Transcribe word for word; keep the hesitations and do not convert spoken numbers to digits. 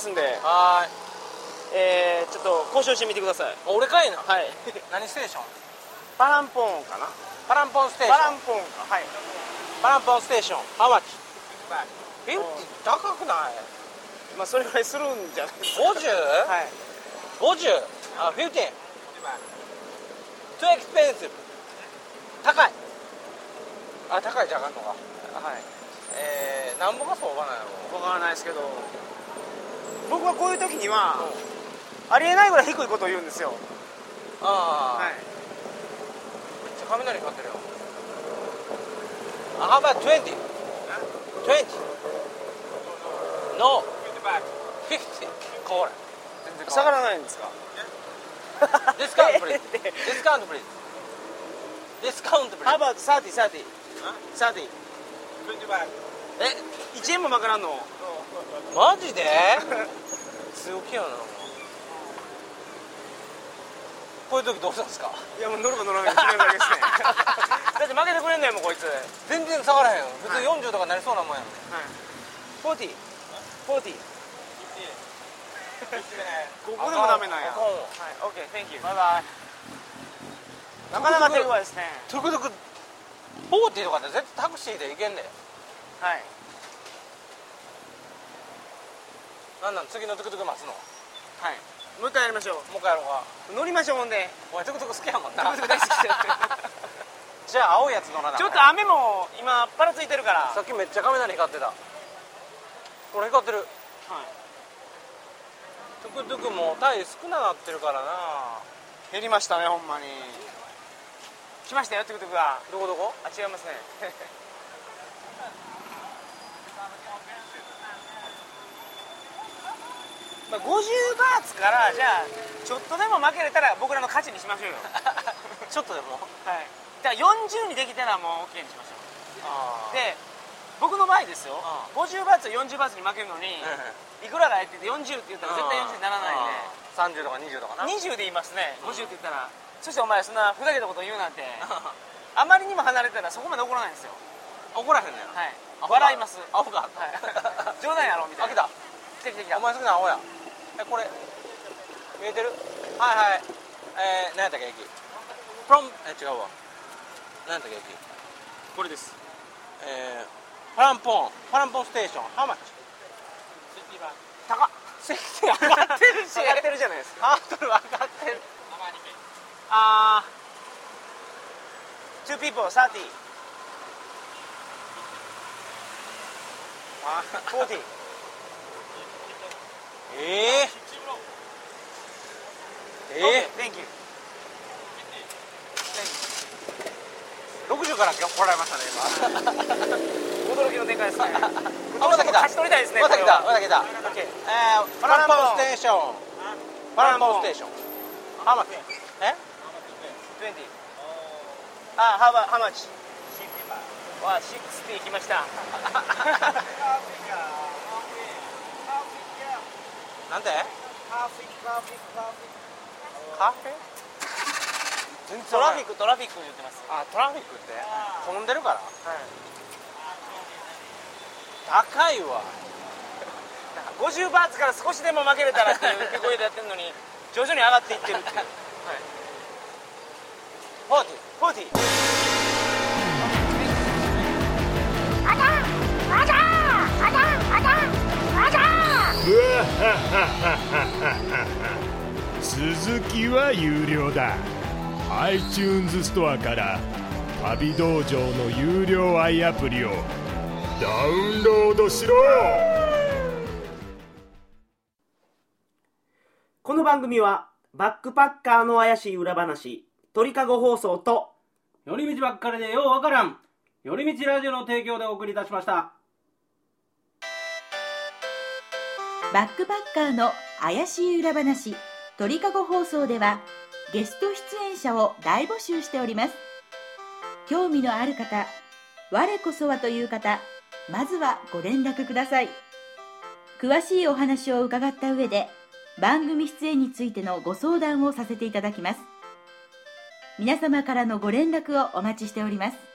ますんで、 はーい。 えー、ちょっと交渉してみてください。 俺かいな。 はい何ステーション？ パランポンかな。 パランポンステーション。 パランポンか。はい。 パランポンステーション。ハウマッチ？フィフティ高くない？ まあそれぐらいするんじゃないですか。 ごじゅう？ はい。 ごじゅう？あ、フィフティーン。too expensive。高い。あ、高いじゃあかんのか。 はい。 えー、なんぼが相場なんやろ。 わからないですけど、僕はこういう時には、ありえないぐらい低いことを言うんですよ。 ああ、 はい。 めっちゃ雷光ってるよ。あ、how about twenty? twenty? No. fifty? これ。全然下がらないんですか。 ディスカウントプリーズ。ディスカウントプリーズ。ディスカウントプリーズ。 How about thirty, thirty? thirty? え、 いちえんもまからんの。 マジで強気やな。こういう時どうするんですか？ いやもう乗るか乗らないか決めるだけですね。だって負けてくれんねんもんこいつ。 全然下がらへんよ。普通よんじゅうとかなりそうなもんやん。 はい。forty? forty? ここでもダメなんや。はい、OK, thank you. バイバイ。なかなか手強いですね。 トゥクトゥクフォーティーとかって絶対タクシーで行けんねん。 はい。 なんなん次のトゥクトゥク待つの？ はい。もう一回やりましょう。 もう一回やろうか。 乗りましょうほんで。 お前トゥクトゥク好きやもんな。 トゥクトゥク大好きじゃあ青いやつ乗らな。 ちょっと雨も今パラついてるから。 さっきめっちゃ雷光ってた。これ光ってる。 はい。 トゥクトゥクもタイ少ななってるからな。 減りましたねほんまに。来ましたよトゥクトゥクが。 どこどこ？ あ、違いますね。まあごじゅうバーツからじゃあちょっとでも負けれたら僕らの勝ちにしましょうよ。 ちょっとでも。 はい。だからよんじゅうにできたらもう OK にしましょう。 あで僕の場合ですよ、 うん、 ごじゅうバーツよんじゅうバーツに負けるのに、いくらが入っててよんじゅうって言ったら絶対よんじゅうにならないんで、 さんじゅうとかにじゅうとかな。 にじゅうで言いますね。ごじゅうって言ったら、そしてお前そんなふざけたこと言うなんてあまりにも離れたらそこまで怒らないんですよ。 怒らへんねん。 はい。笑います。 青が。 はい。冗談やろみたいな。 あ、来た。 来た来た来た。 お前好きな青や。え、これ見えてる？はいはい。えー、何やったっけ駅？ from え違うわ。何やったっけ駅？ これです。 えー、パランポンパランポンステーション。ハウマッチ？高っ。セキ上がってるし。 上がってるじゃないですか。 ハードル上がってる。 あー。two people thirty。あ、forty。 ええー。えー。Thank you。 ろくじゅうから来られましたね今。 驚きの展開ですね。 あ、また来た。 勝ち取りたいですね。 また来た。また来た。 OK。 えー、パランポンステーション。パランポンステーション。ハウマッチ？え？ twenty。あ、how about how much？わ、シックスティー来ました。 なんて？カフェ？ トラフィックトラフィック言ってます。 あ、トラフィックって混んでるから。 はい。 高いわ。 ごじゅうバーツから少しでも負けれたらっていう声でやってるのに徐々に上がっていってるっていう。はい。フォーティー、フォーティー。 あだあだあだあだあだ。 続きは有料だ。iTunes ストアから旅道場の有料 i アプリをダウンロードしろ。 この番組はバックパッカーの怪しい裏話、鳥かご放送と寄り道ばっかりでようわからん寄り道ラジオの提供でお送りいたしました。 バックパッカーの怪しい裏話、鳥かご放送ではゲスト出演者を大募集しております。興味のある方、我こそはという方、まずはご連絡ください。詳しいお話を伺った上で番組出演についてのご相談をさせていただきます。皆様からのご連絡をお待ちしております。